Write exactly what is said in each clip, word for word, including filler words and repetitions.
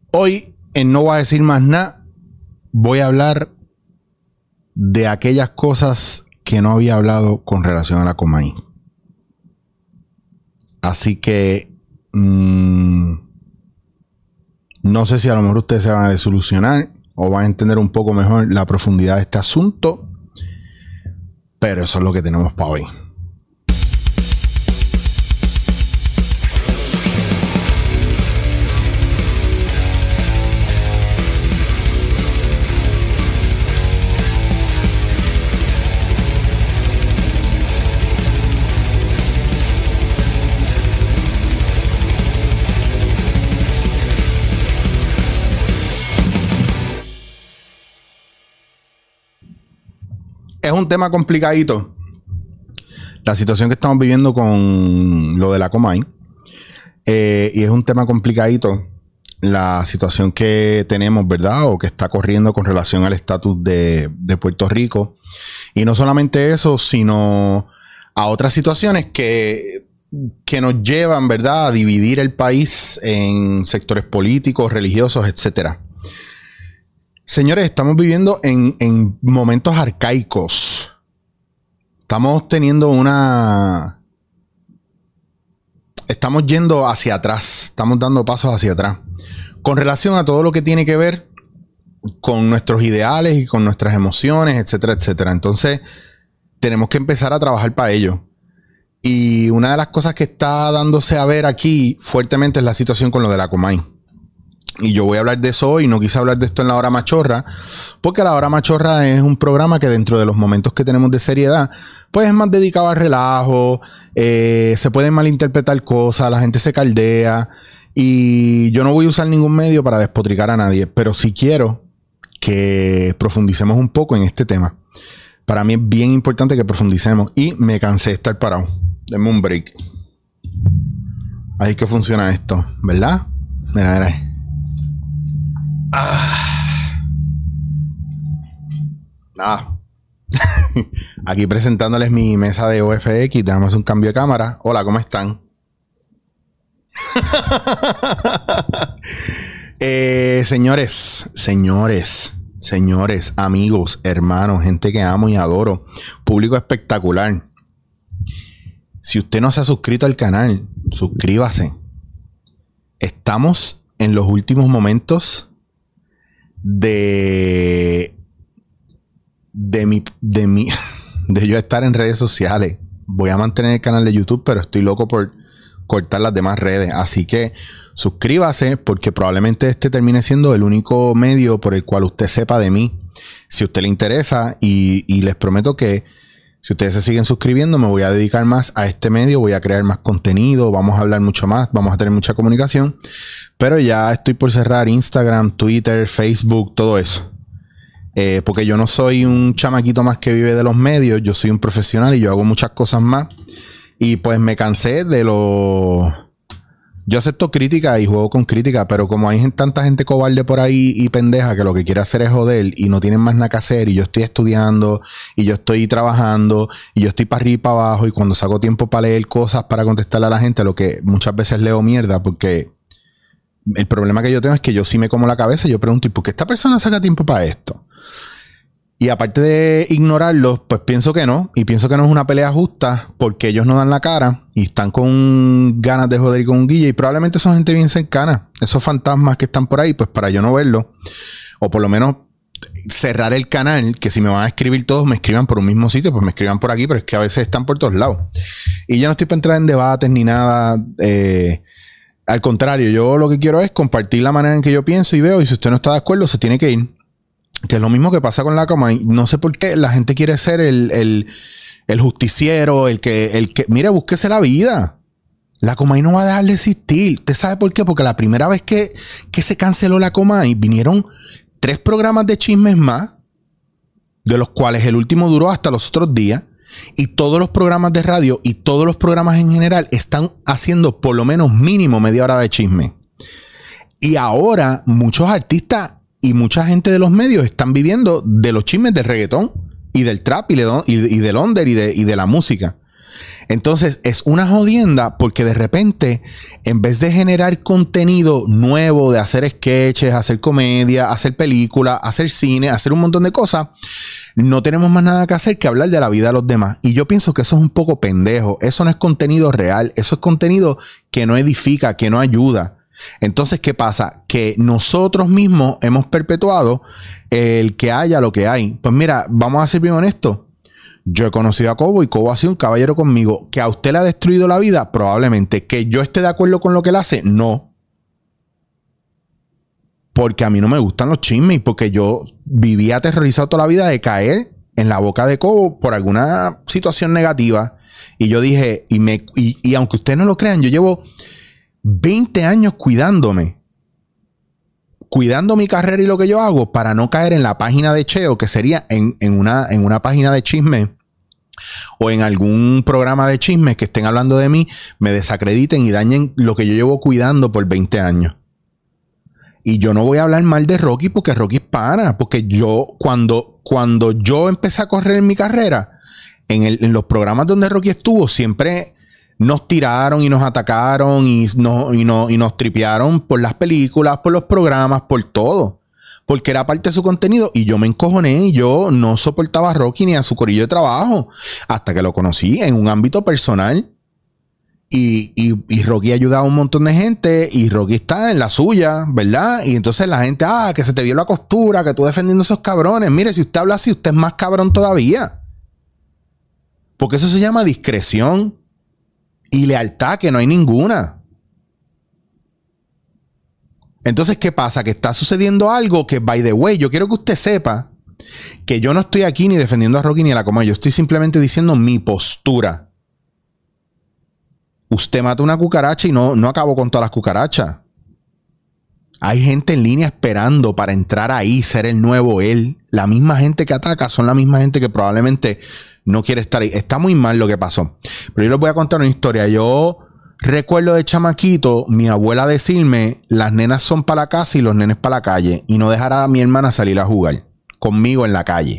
Hoy, en No Voy a Decir Más Nada, voy a hablar de aquellas cosas que no había hablado con relación a la Comay. Así que mmm, no sé si a lo mejor ustedes se van a desilusionar o van a entender un poco mejor la profundidad de este asunto, pero eso es lo que tenemos para hoy. Es un tema complicadito la situación que estamos viviendo con lo de la Comay, eh, y es un tema complicadito la situación que tenemos, ¿verdad? O que está corriendo con relación al estatus de, de Puerto Rico, y no solamente eso, sino a otras situaciones que, que nos llevan, ¿verdad?, a dividir el país en sectores políticos, religiosos, etcétera. Señores, estamos viviendo en, en momentos arcaicos. Estamos teniendo una... Estamos yendo hacia atrás. Estamos dando pasos hacia atrás. Con relación a todo lo que tiene que ver con nuestros ideales y con nuestras emociones, etcétera, etcétera. Entonces, tenemos que empezar a trabajar para ello. Y una de las cosas que está dándose a ver aquí fuertemente es la situación con lo de la Comay. Y yo voy a hablar de eso hoy. No quise hablar de esto en La Hora Machorra, porque La Hora Machorra es un programa que dentro de los momentos que tenemos de seriedad, pues es más dedicado al relajo, eh, se pueden malinterpretar cosas, la gente se caldea, y yo no voy a usar ningún medio para despotricar a nadie, pero sí quiero que profundicemos un poco en este tema. Para mí es bien importante que profundicemos, y me cansé de estar parado. Denme un break. Ahí que funciona esto, ¿verdad? Mira, mira. Ah. Nada. Aquí presentándoles mi mesa de O F X. Damos un cambio de cámara. Hola, ¿cómo están? eh, señores, señores, señores, amigos, hermanos, gente que amo y adoro, público espectacular. Si usted no se ha suscrito al canal, suscríbase. Estamos en los últimos momentos de de mi de mi de yo estar en redes sociales. Voy a mantener el canal de YouTube, pero estoy loco por cortar las demás redes, así que suscríbase, porque probablemente este termine siendo el único medio por el cual usted sepa de mí, si a usted le interesa, y, y les prometo que si ustedes se siguen suscribiendo, me voy a dedicar más a este medio, voy a crear más contenido, vamos a hablar mucho más, vamos a tener mucha comunicación. Pero ya estoy por cerrar Instagram, Twitter, Facebook, todo eso. Eh, porque yo no soy un chamaquito más que vive de los medios, yo soy un profesional y yo hago muchas cosas más. Y pues me cansé de lo... Yo acepto crítica y juego con crítica, pero como hay tanta gente cobarde por ahí y pendeja que lo que quiere hacer es joder y no tienen más nada que hacer, y yo estoy estudiando y yo estoy trabajando y yo estoy para arriba y para abajo, y cuando saco tiempo para leer cosas para contestarle a la gente, lo que muchas veces leo mierda, porque el problema que yo tengo es que yo sí me como la cabeza y yo pregunto, ¿y por qué esta persona saca tiempo para esto? Y aparte de ignorarlos, pues pienso que no. Y pienso que no es una pelea justa, porque ellos no dan la cara y están con ganas de joder y con un guille. Y probablemente son gente bien cercana. Esos fantasmas que están por ahí, pues para yo no verlo, o por lo menos cerrar el canal, que si me van a escribir todos, me escriban por un mismo sitio, pues me escriban por aquí, pero es que a veces están por todos lados. Y yo no estoy para entrar en debates ni nada. Eh, al contrario, yo lo que quiero es compartir la manera en que yo pienso y veo. Y si usted no está de acuerdo, se tiene que ir. Que es lo mismo que pasa con la Comay. No sé por qué la gente quiere ser el, el, el justiciero, el que, el que... Mire, búsquese la vida. La Comay no va a dejar de existir. ¿Usted sabe por qué? Porque la primera vez que, que se canceló la Comay, vinieron tres programas de chismes más, de los cuales el último duró hasta los otros días. Y todos los programas de radio y todos los programas en general están haciendo por lo menos mínimo media hora de chisme. Y ahora muchos artistas y mucha gente de los medios están viviendo de los chismes del reggaetón y del trap y, de, y, y del under y de, y de la música. Entonces es una jodienda porque de repente, en vez de generar contenido nuevo, de hacer sketches, hacer comedia, hacer películas, hacer cine, hacer un montón de cosas, no tenemos más nada que hacer que hablar de la vida de los demás. Y yo pienso que eso es un poco pendejo. Eso no es contenido real. Eso es contenido que no edifica, que no ayuda. Entonces, ¿qué pasa? Que nosotros mismos hemos perpetuado el que haya lo que hay. Pues mira, vamos a ser bien honestos. Yo he conocido a Cobo y Cobo ha sido un caballero conmigo. ¿Que a usted le ha destruido la vida? Probablemente. ¿Que yo esté de acuerdo con lo que él hace? No. Porque a mí no me gustan los chismes y porque yo vivía aterrorizado toda la vida de caer en la boca de Cobo por alguna situación negativa. Y yo dije, y, me, y, y aunque ustedes no lo crean, yo llevo veinte años cuidándome. Cuidando mi carrera y lo que yo hago para no caer en la página de Cheo, que sería en, en, una, en una página de chisme o en algún programa de chismes que estén hablando de mí, me desacrediten y dañen lo que yo llevo cuidando por veinte años. Y yo no voy a hablar mal de Rocky porque Rocky es pana. Porque yo, cuando, cuando yo empecé a correr en mi carrera, en, el, en los programas donde Rocky estuvo, siempre nos tiraron y nos atacaron y, no, y, no, y nos tripearon por las películas, por los programas, por todo. Porque era parte de su contenido y yo me encojoné y yo no soportaba a Rocky ni a su corillo de trabajo. Hasta que lo conocí en un ámbito personal. Y, y, y Rocky ha ayudado a un montón de gente y Rocky está en la suya, ¿verdad? Y entonces la gente, ah, que se te vio la costura, que tú defendiendo a esos cabrones. Mire, si usted habla así, usted es más cabrón todavía. Porque eso se llama discreción y lealtad, que no hay ninguna. Entonces, ¿qué pasa? Que está sucediendo algo que, by the way, yo quiero que usted sepa que yo no estoy aquí ni defendiendo a Rocky ni a la coma. Yo estoy simplemente diciendo mi postura. Usted mata una cucaracha y no, no acabó con todas las cucarachas. Hay gente en línea esperando para entrar ahí, ser el nuevo él. La misma gente que ataca son la misma gente que probablemente no quiere estar ahí. Está muy mal lo que pasó. Pero yo les voy a contar una historia. Yo recuerdo de chamaquito mi abuela decirme, las nenas son para la casa y los nenes para la calle. Y no dejar a mi hermana salir a jugar conmigo en la calle.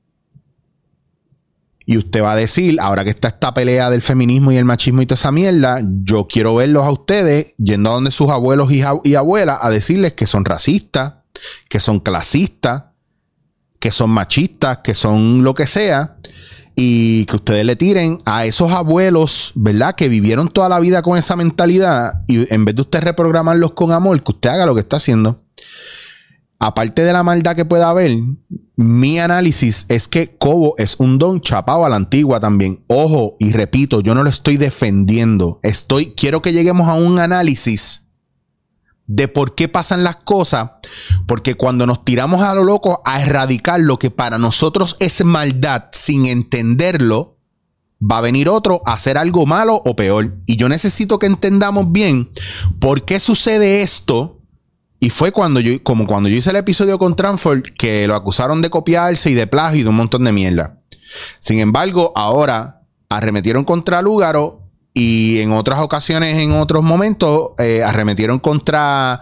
Y usted va a decir, ahora que está esta pelea del feminismo y el machismo y toda esa mierda, yo quiero verlos a ustedes yendo a donde sus abuelos y, y abuelas a decirles que son racistas, que son clasistas, que son machistas, que son lo que sea, y que ustedes le tiren a esos abuelos, ¿verdad? Que vivieron toda la vida con esa mentalidad y en vez de usted reprogramarlos con amor, que usted haga lo que está haciendo. Aparte de la maldad que pueda haber, mi análisis es que Cobo es un don chapado a la antigua también. Ojo, y repito, yo no lo estoy defendiendo. Estoy, quiero que lleguemos a un análisis de por qué pasan las cosas. Porque cuando nos tiramos a lo loco a erradicar lo que para nosotros es maldad sin entenderlo, va a venir otro a hacer algo malo o peor. Y yo necesito que entendamos bien por qué sucede esto. Y fue cuando yo, como cuando yo hice el episodio con Transform, que lo acusaron de copiarse y de plagio y de un montón de mierda. Sin embargo, ahora arremetieron contra Lúgaro y en otras ocasiones, en otros momentos, eh, arremetieron contra,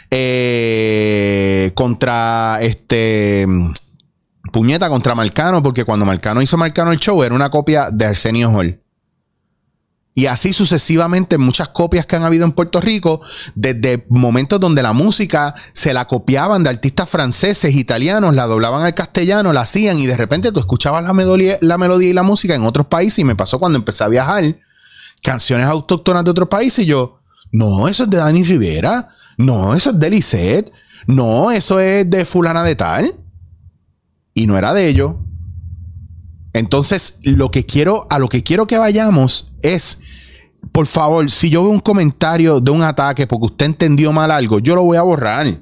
eh, contra este, puñeta, contra Marcano, porque cuando Marcano hizo Marcano el show, era una copia de Arsenio Hall. Y así sucesivamente muchas copias que han habido en Puerto Rico, desde momentos donde la música se la copiaban de artistas franceses, italianos, la doblaban al castellano, la hacían y de repente tú escuchabas la melodía, la melodía y la música en otros países. Y me pasó cuando empecé a viajar, canciones autóctonas de otros países y yo, no, eso es de Dani Rivera, no, eso es de Lisette, no, eso es de fulana de tal. Y no era de ellos. Entonces, lo que quiero, a lo que quiero que vayamos es, por favor, si yo veo un comentario de un ataque porque usted entendió mal algo, yo lo voy a borrar.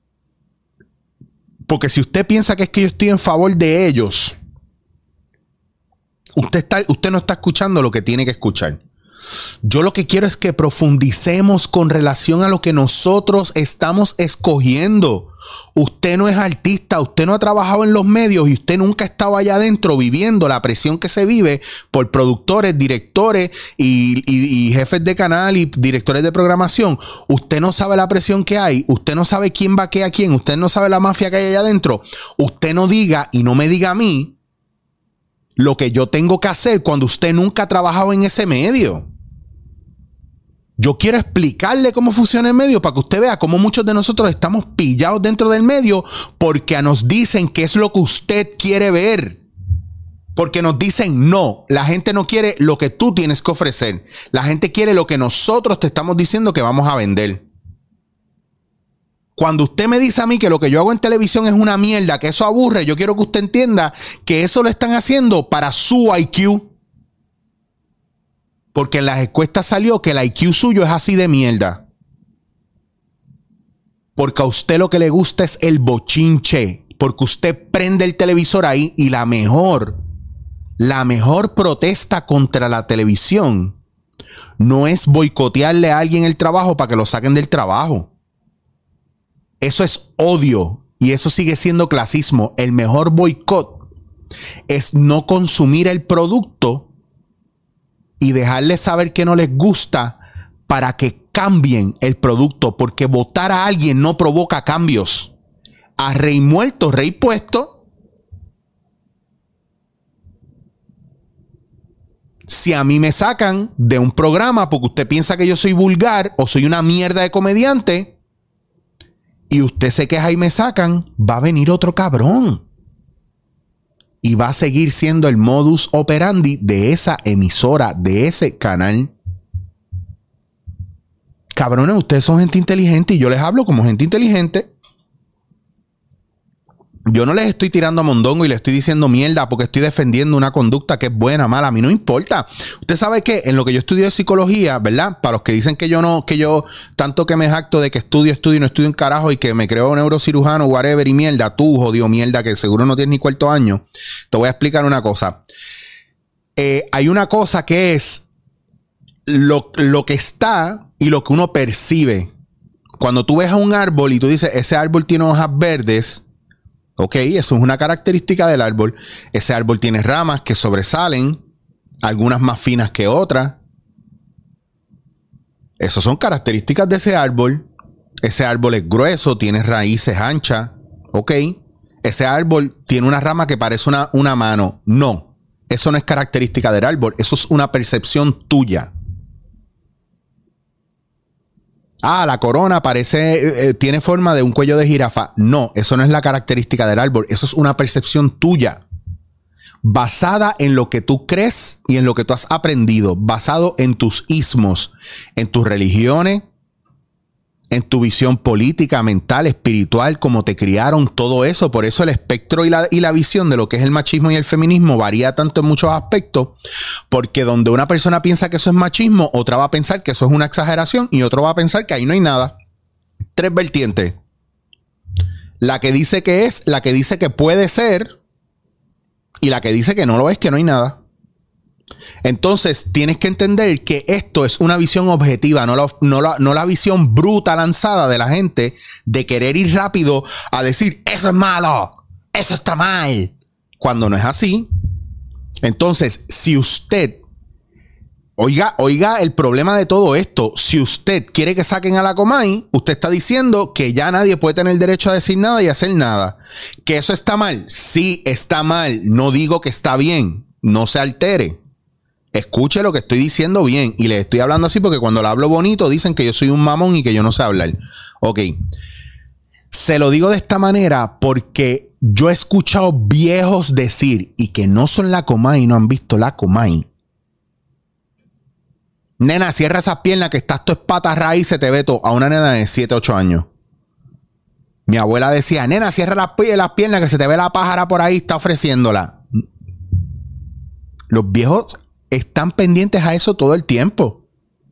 Porque si usted piensa que es que yo estoy en favor de ellos, usted, está, usted no está escuchando lo que tiene que escuchar. Yo lo que quiero es que profundicemos con relación a lo que nosotros estamos escogiendo. Usted no es artista, usted no ha trabajado en los medios y usted nunca ha estado allá adentro viviendo la presión que se vive por productores, directores y, y, y jefes de canal y directores de programación. Usted no sabe la presión que hay, usted no sabe quién vaquea a quién, usted no sabe la mafia que hay allá adentro. Usted no diga y no me diga a mí lo que yo tengo que hacer cuando usted nunca ha trabajado en ese medio. Yo quiero explicarle cómo funciona el medio para que usted vea cómo muchos de nosotros estamos pillados dentro del medio porque nos dicen qué es lo que usted quiere ver. Porque nos dicen, no, la gente no quiere lo que tú tienes que ofrecer. La gente quiere lo que nosotros te estamos diciendo que vamos a vender. Cuando usted me dice a mí que lo que yo hago en televisión es una mierda, que eso aburre, yo quiero que usted entienda que eso lo están haciendo para su I Q. Porque en las encuestas salió que el I Q suyo es así de mierda. Porque a usted lo que le gusta es el bochinche. Porque usted prende el televisor ahí y la mejor, la mejor protesta contra la televisión no es boicotearle a alguien el trabajo para que lo saquen del trabajo. Eso es odio y eso sigue siendo clasismo. El mejor boicot es no consumir el producto y dejarles saber que no les gusta para que cambien el producto, porque votar a alguien no provoca cambios. A rey muerto, rey puesto. Si a mí me sacan de un programa porque usted piensa que yo soy vulgar o soy una mierda de comediante y usted se queja y me sacan, va a venir otro cabrón. Y va a seguir siendo el modus operandi de esa emisora, de ese canal. Cabrones, ustedes son gente inteligente y yo les hablo como gente inteligente. Yo no les estoy tirando a mondongo y les estoy diciendo mierda porque estoy defendiendo una conducta que es buena, mala. A mí no importa. Usted sabe que en lo que yo estudio de psicología, ¿verdad? Para los que dicen que yo no, que yo tanto que me jacto de que estudio, estudio y no estudio un carajo y que me creo neurocirujano, whatever y mierda, tú, jodido mierda, que seguro no tienes ni cuarto año. Te voy a explicar una cosa. Eh, hay una cosa que es lo, lo que está y lo que uno percibe. Cuando tú ves a un árbol y tú dices, ese árbol tiene hojas verdes, ok, eso es una característica del árbol. Ese árbol tiene ramas que sobresalen, algunas más finas que otras. Esas son características de ese árbol. Ese árbol es grueso, tiene raíces anchas, ok. Ese árbol tiene una rama que parece una, una mano. No, eso no es característica del árbol. Eso es una percepción tuya. Ah, la corona parece, eh, tiene forma de un cuello de jirafa. No, eso no es la característica del árbol. Eso es una percepción tuya. Basada en lo que tú crees y en lo que tú has aprendido. Basado en tus ismos, en tus religiones, en tu visión política, mental, espiritual, cómo te criaron, todo eso. Por eso el espectro y la, y la visión de lo que es el machismo y el feminismo varía tanto en muchos aspectos, porque donde una persona piensa que eso es machismo, otra va a pensar que eso es una exageración y otro va a pensar que ahí no hay nada. Tres vertientes. La que dice que es, la que dice que puede ser y la que dice que no lo es, que no hay nada. Entonces tienes que entender que esto es una visión objetiva, no la, no, la, no la visión bruta lanzada de la gente de querer ir rápido a decir eso es malo, eso está mal, cuando no es así. Entonces, si usted, oiga, oiga el problema de todo esto, si usted quiere que saquen a la Comay, usted está diciendo que ya nadie puede tener derecho a decir nada y hacer nada. ¿Que eso está mal? Sí, está mal. No digo que está bien. No se altere. Escuche lo que estoy diciendo bien. Y le estoy hablando así porque cuando le hablo bonito dicen que yo soy un mamón y que yo no sé hablar. Ok. Se lo digo de esta manera porque yo he escuchado viejos decir, y que no son la Comay, no han visto la Comay. Nena, cierra esas piernas que estás tu espata raíz, se te ve todo. A una nena de siete, ocho años. Mi abuela decía, nena, cierra las, las piernas que se te ve la pájara por ahí, está ofreciéndola. Los viejos están pendientes a eso todo el tiempo.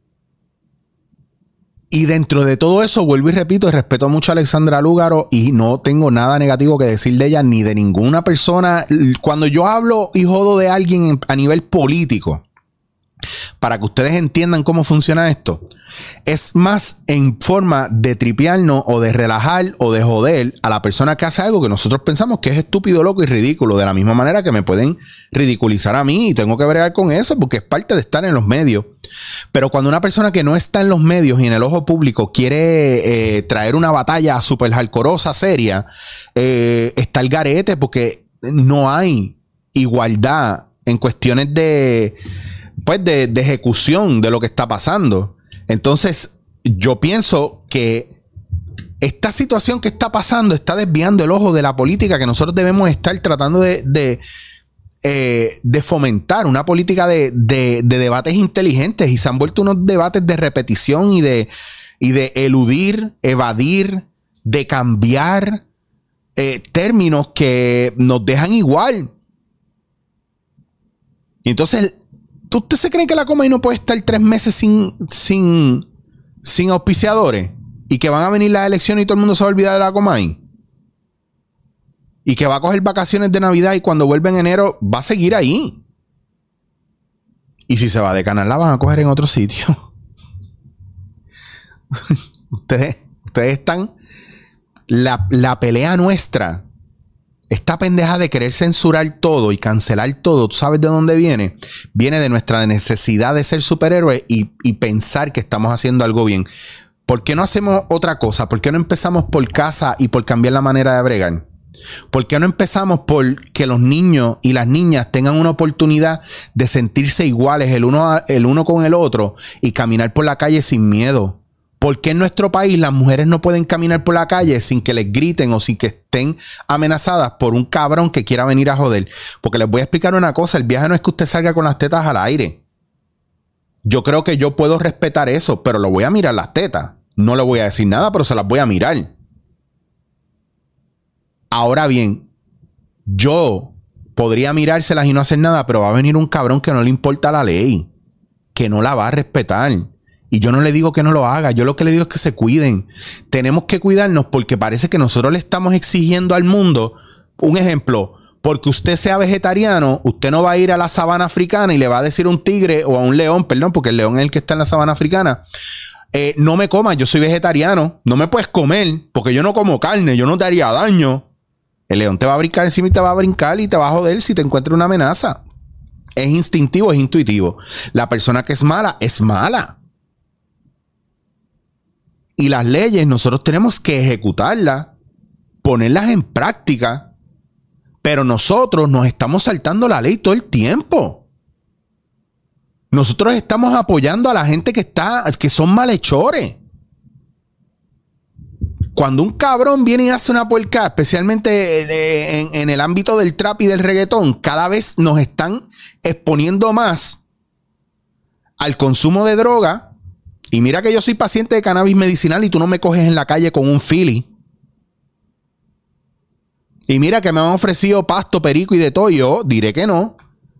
Y dentro de todo eso, vuelvo y repito, respeto mucho a Alexandra Lúgaro y no tengo nada negativo que decir de ella ni de ninguna persona. Cuando yo hablo y jodo de alguien a nivel político, para que ustedes entiendan cómo funciona esto, es más en forma de tripearnos o de relajar o de joder a la persona que hace algo que nosotros pensamos que es estúpido, loco y ridículo, de la misma manera que me pueden ridiculizar a mí y tengo que bregar con eso porque es parte de estar en los medios. Pero cuando una persona que no está en los medios y en el ojo público quiere eh, traer una batalla súper hardcoreosa, seria, eh, está el garete porque no hay igualdad en cuestiones de, pues de, de ejecución de lo que está pasando. Entonces, yo pienso que esta situación que está pasando está desviando el ojo de la política que nosotros debemos estar tratando de, de, eh, de fomentar, una política de, de, de debates inteligentes, y se han vuelto unos debates de repetición y de, y de eludir, evadir, de cambiar eh, términos que nos dejan igual. Y entonces, ¿usted se cree que la Comay no puede estar tres meses sin, sin, sin auspiciadores? Y que van a venir las elecciones y todo el mundo se va a olvidar de la Comay. Y que va a coger vacaciones de Navidad y cuando vuelve en enero va a seguir ahí. Y si se va de Canal, la van a coger en otro sitio. ustedes, ustedes están... La, la pelea nuestra, esta pendeja de querer censurar todo y cancelar todo, ¿tú sabes de dónde viene? Viene de nuestra necesidad de ser superhéroes y, y pensar que estamos haciendo algo bien. ¿Por qué no hacemos otra cosa? ¿Por qué no empezamos por casa y por cambiar la manera de bregar? ¿Por qué no empezamos por que los niños y las niñas tengan una oportunidad de sentirse iguales el uno, a, el uno con el otro y caminar por la calle sin miedo? ¿Por qué en nuestro país las mujeres no pueden caminar por la calle sin que les griten o sin que estén amenazadas por un cabrón que quiera venir a joder? Porque les voy a explicar una cosa. El viaje no es que usted salga con las tetas al aire. Yo creo que yo puedo respetar eso, pero lo voy a mirar las tetas. No le voy a decir nada, pero se las voy a mirar. Ahora bien, yo podría mirárselas y no hacer nada, pero va a venir un cabrón que no le importa la ley, que no la va a respetar. Y yo no le digo que no lo haga, yo lo que le digo es que se cuiden. Tenemos que cuidarnos porque parece que nosotros le estamos exigiendo al mundo, un ejemplo, porque usted sea vegetariano, usted no va a ir a la sabana africana y le va a decir a un tigre o a un león, perdón, porque el león es el que está en la sabana africana, eh, no me comas, yo soy vegetariano, no me puedes comer porque yo no como carne, yo no te haría daño. El león te va a brincar encima y te va a brincar y te va a joder si te encuentra una amenaza. Es instintivo, es intuitivo. La persona que es mala, es mala. Y las leyes nosotros tenemos que ejecutarlas, ponerlas en práctica, pero nosotros nos estamos saltando la ley todo el tiempo. Nosotros estamos apoyando a la gente que está, que son malhechores. Cuando un cabrón viene y hace una puerca, especialmente en, en el ámbito del trap y del reggaetón, cada vez nos están exponiendo más al consumo de droga. Y mira que yo soy paciente de cannabis medicinal y tú no me coges en la calle con un Philly. Y mira que me han ofrecido pasto, perico y de todo. Y yo diré que no.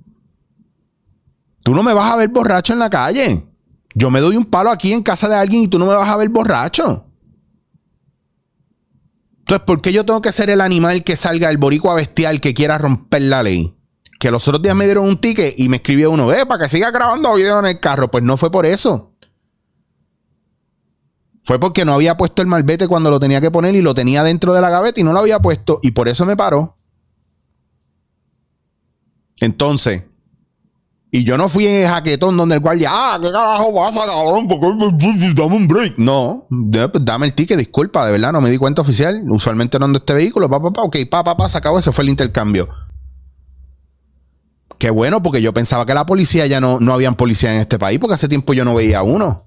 Tú no me vas a ver borracho en la calle. Yo me doy un palo aquí en casa de alguien y tú no me vas a ver borracho. Entonces, ¿por qué yo tengo que ser el animal que salga, el boricua bestial que quiera romper la ley? Que los otros días me dieron un ticket y me escribió uno, eh, para que siga grabando video en el carro. Pues no fue por eso. Fue porque no había puesto el malvete cuando lo tenía que poner y lo tenía dentro de la gaveta y no lo había puesto. Y por eso me paró. Entonces, y yo no fui en el jaquetón donde el guardia, ah, ¿qué carajo pasa, cabrón? ¿Por qué? Dame un break. No, dame el ticket, disculpa, de verdad, no me di cuenta oficial. Usualmente no ando este vehículo, pa, pa, pa, ok, pa, pa, pa, se acabó, ese fue el intercambio. Qué bueno, porque yo pensaba que la policía ya no, no habían policía en este país, porque hace tiempo yo no veía a uno.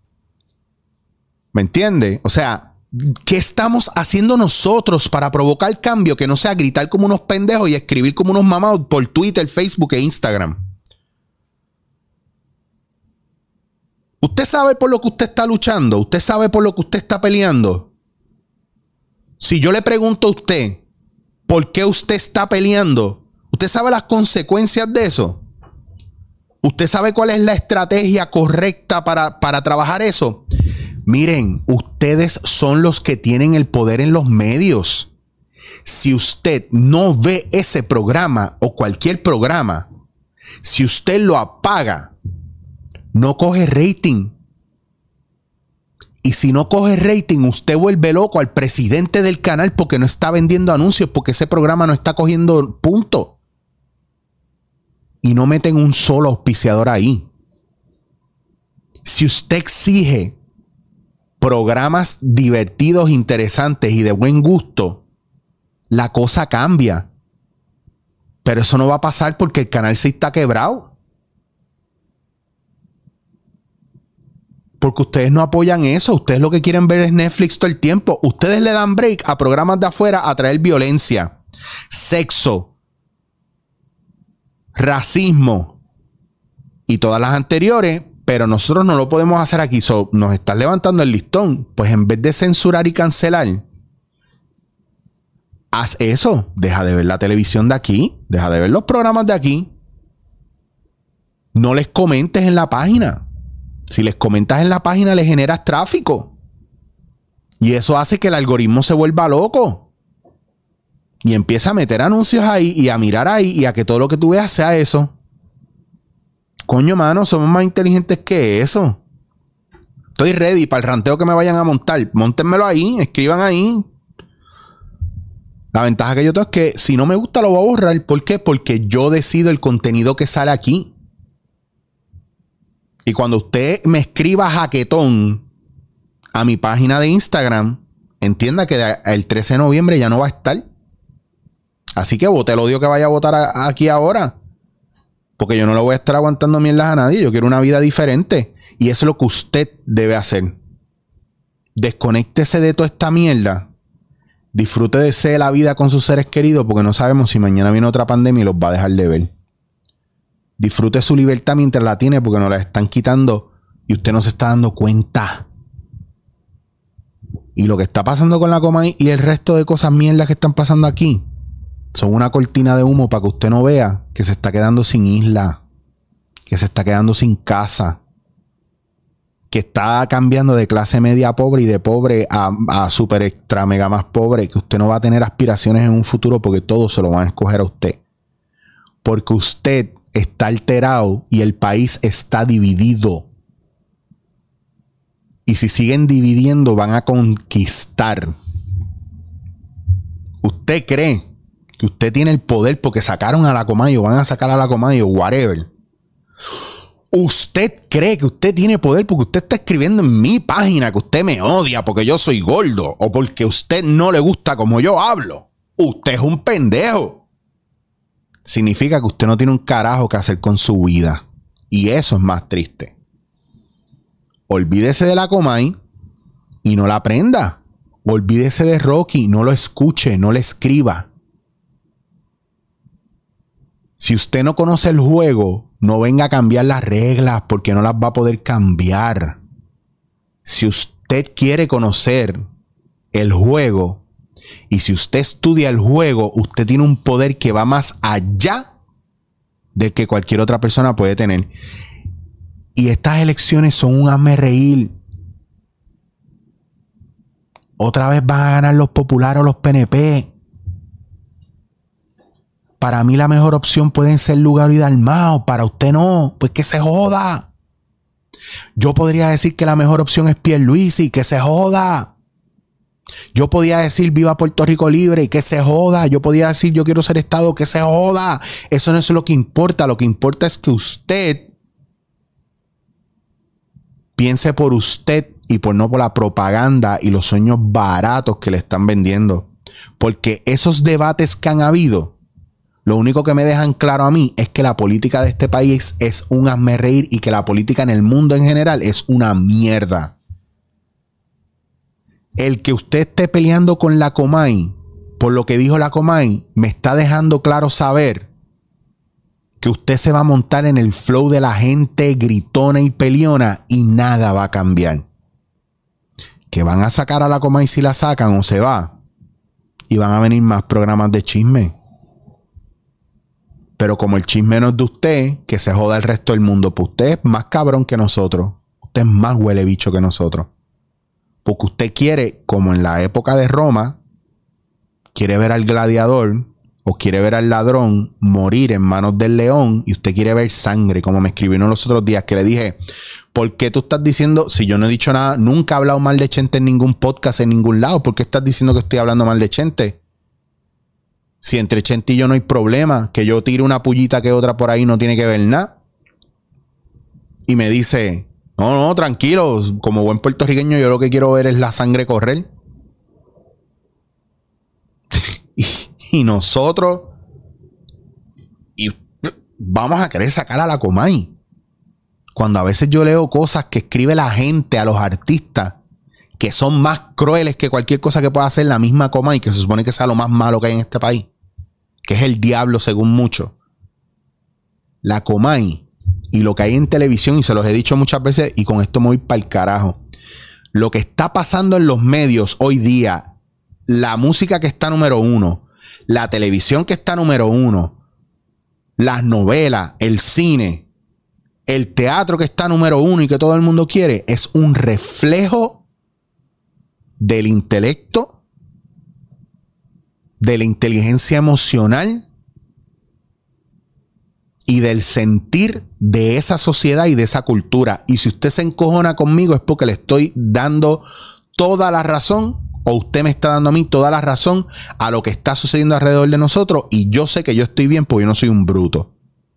¿Me entiende? O sea, ¿qué estamos haciendo nosotros para provocar cambio que no sea gritar como unos pendejos y escribir como unos mamados por Twitter, Facebook e Instagram? ¿Usted sabe por lo que usted está luchando? ¿Usted sabe por lo que usted está peleando? Si yo le pregunto a usted por qué usted está peleando, ¿usted sabe las consecuencias de eso? ¿Usted sabe cuál es la estrategia correcta para, para trabajar eso? Miren, ustedes son los que tienen el poder en los medios. Si usted no ve ese programa o cualquier programa, si usted lo apaga, no coge rating. Y si no coge rating, usted vuelve loco al presidente del canal porque no está vendiendo anuncios, porque ese programa no está cogiendo punto. Y no meten un solo auspiciador ahí. Si usted exige programas divertidos, interesantes y de buen gusto, la cosa cambia. Pero eso no va a pasar porque el canal seis está quebrado. Porque ustedes no apoyan eso. Ustedes lo que quieren ver es Netflix todo el tiempo. Ustedes le dan break a programas de afuera a traer violencia, sexo, racismo y todas las anteriores. Pero nosotros no lo podemos hacer aquí. So, nos están levantando el listón. Pues en vez de censurar y cancelar, haz eso. Deja de ver la televisión de aquí. Deja de ver los programas de aquí. No les comentes en la página. Si les comentas en la página, les generas tráfico. Y eso hace que el algoritmo se vuelva loco. Y empieza a meter anuncios ahí y a mirar ahí y a que todo lo que tú veas sea eso. Coño, mano, somos más inteligentes que eso. Estoy ready para el ranteo que me vayan a montar. Móntenmelo ahí, escriban ahí. La ventaja que yo tengo es que si no me gusta lo voy a borrar. ¿Por qué? Porque yo decido el contenido que sale aquí. Y cuando usted me escriba jaquetón a mi página de Instagram, entienda que el trece de noviembre ya no va a estar. Así que vote el odio que vaya a votar a, aquí ahora. Porque yo no le voy a estar aguantando mierdas a nadie. Yo quiero una vida diferente. Y eso es lo que usted debe hacer. Desconéctese de toda esta mierda. Disfrute de ser la vida con sus seres queridos porque no sabemos si mañana viene otra pandemia y los va a dejar de ver. Disfrute su libertad mientras la tiene porque nos la están quitando y usted no se está dando cuenta. Y lo que está pasando con la Comay y el resto de cosas mierdas que están pasando aquí son una cortina de humo para que usted no vea que se está quedando sin isla, que se está quedando sin casa, que está cambiando de clase media pobre y de pobre a, a super extra mega más pobre, que usted no va a tener aspiraciones en un futuro porque todos se lo van a escoger a usted. Porque usted está alterado y el país está dividido. Y si siguen dividiendo van a conquistar. ¿Usted cree que usted tiene el poder porque sacaron a la Comay o van a sacar a la Comay o whatever? ¿Usted cree que usted tiene poder porque usted está escribiendo en mi página que usted me odia porque yo soy gordo o porque a usted no le gusta como yo hablo? Usted es un pendejo. Significa que usted no tiene un carajo que hacer con su vida. Y eso es más triste. Olvídese de la Comay y no la aprenda. Olvídese de Rocky, no lo escuche, no le escriba. Si usted no conoce el juego, no venga a cambiar las reglas porque no las va a poder cambiar. Si usted quiere conocer el juego y si usted estudia el juego, usted tiene un poder que va más allá del que cualquier otra persona puede tener. Y estas elecciones son un hazme reír. Otra vez van a ganar los populares o los P N P. Para mí la mejor opción pueden ser Lugaro y Dalmau. Para usted no. Pues que se joda. Yo podría decir que la mejor opción es Pierluisi. Que se joda. Yo podía decir viva Puerto Rico libre y que se joda. Yo podía decir yo quiero ser Estado. Que se joda. Eso no es lo que importa. Lo que importa es que usted piense por usted y por no por la propaganda y los sueños baratos que le están vendiendo. Porque esos debates que han habido, lo único que me dejan claro a mí es que la política de este país es un hazme reír y que la política en el mundo en general es una mierda. El que usted esté peleando con la Comay por lo que dijo la Comay me está dejando claro saber que usted se va a montar en el flow de la gente gritona y peleona y nada va a cambiar. Que van a sacar a la Comay si la sacan o se va y van a venir más programas de chisme. Pero como el chisme no es de usted, que se joda el resto del mundo. Pues usted es más cabrón que nosotros. Usted es más huele bicho que nosotros. Porque usted quiere, como en la época de Roma, quiere ver al gladiador o quiere ver al ladrón morir en manos del león y usted quiere ver sangre, como me escribieron los otros días que le dije, ¿por qué tú estás diciendo, si yo no he dicho nada, nunca he hablado mal de Chente en ningún podcast, en ningún lado, ¿por qué estás diciendo que estoy hablando mal de Chente? Si entre Chente y yo no hay problema, que yo tire una pullita que otra por ahí no tiene que ver nada. Y me dice, no, no, tranquilo, como buen puertorriqueño yo lo que quiero ver es la sangre correr. y, y nosotros vamos a querer sacar a la Comay. Cuando a veces yo leo cosas que escribe la gente a los artistas que son más crueles que cualquier cosa que pueda hacer la misma Comay, que se supone que sea lo más malo que hay en este país, que es el diablo según muchos. La Comay y lo que hay en televisión, y se los he dicho muchas veces, y con esto me voy para el carajo. Lo que está pasando en los medios hoy día, la música que está número uno, la televisión que está número uno, las novelas, el cine, el teatro que está número uno y que todo el mundo quiere, es un reflejo del intelecto, de la inteligencia emocional y del sentir de esa sociedad y de esa cultura. Y si usted se encojona conmigo es porque le estoy dando toda la razón, o usted me está dando a mí toda la razón a lo que está sucediendo alrededor de nosotros, y yo sé que yo estoy bien porque yo no soy un bruto.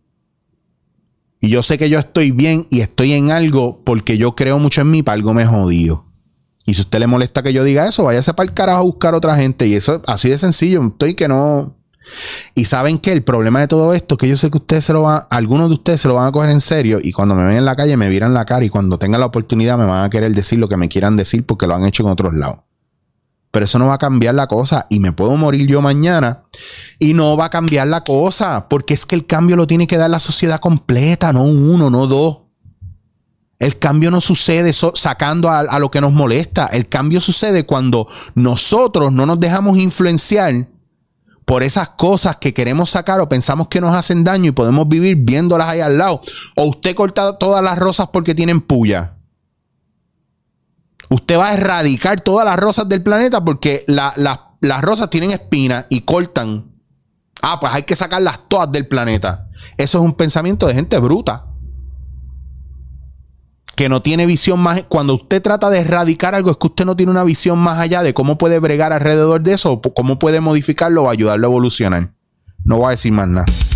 Y yo sé que yo estoy bien y estoy en algo porque yo creo mucho en mí, para algo me jodido. Y si a usted le molesta que yo diga eso, váyase para el carajo a buscar otra gente. Y eso así de sencillo. Estoy que no... Y ¿saben qué? El problema de todo esto es que yo sé que ustedes se lo van... Algunos de ustedes se lo van a coger en serio. Y cuando me ven en la calle me viran la cara. Y cuando tengan la oportunidad me van a querer decir lo que me quieran decir porque lo han hecho en otros lados. Pero eso no va a cambiar la cosa. Y me puedo morir yo mañana y no va a cambiar la cosa. Porque es que el cambio lo tiene que dar la sociedad completa. No uno, no dos. El cambio no sucede so sacando a, a lo que nos molesta. El cambio sucede cuando nosotros no nos dejamos influenciar por esas cosas que queremos sacar o pensamos que nos hacen daño y podemos vivir viéndolas ahí al lado. O usted corta todas las rosas porque tienen puya. Usted va a erradicar todas las rosas del planeta porque la, la, las rosas tienen espinas y cortan. Ah, pues hay que sacarlas todas del planeta. Eso es un pensamiento de gente bruta, que no tiene visión más. Cuando usted trata de erradicar algo, es que usted no tiene una visión más allá de cómo puede bregar alrededor de eso, o cómo puede modificarlo o ayudarlo a evolucionar. No voy a decir más nada.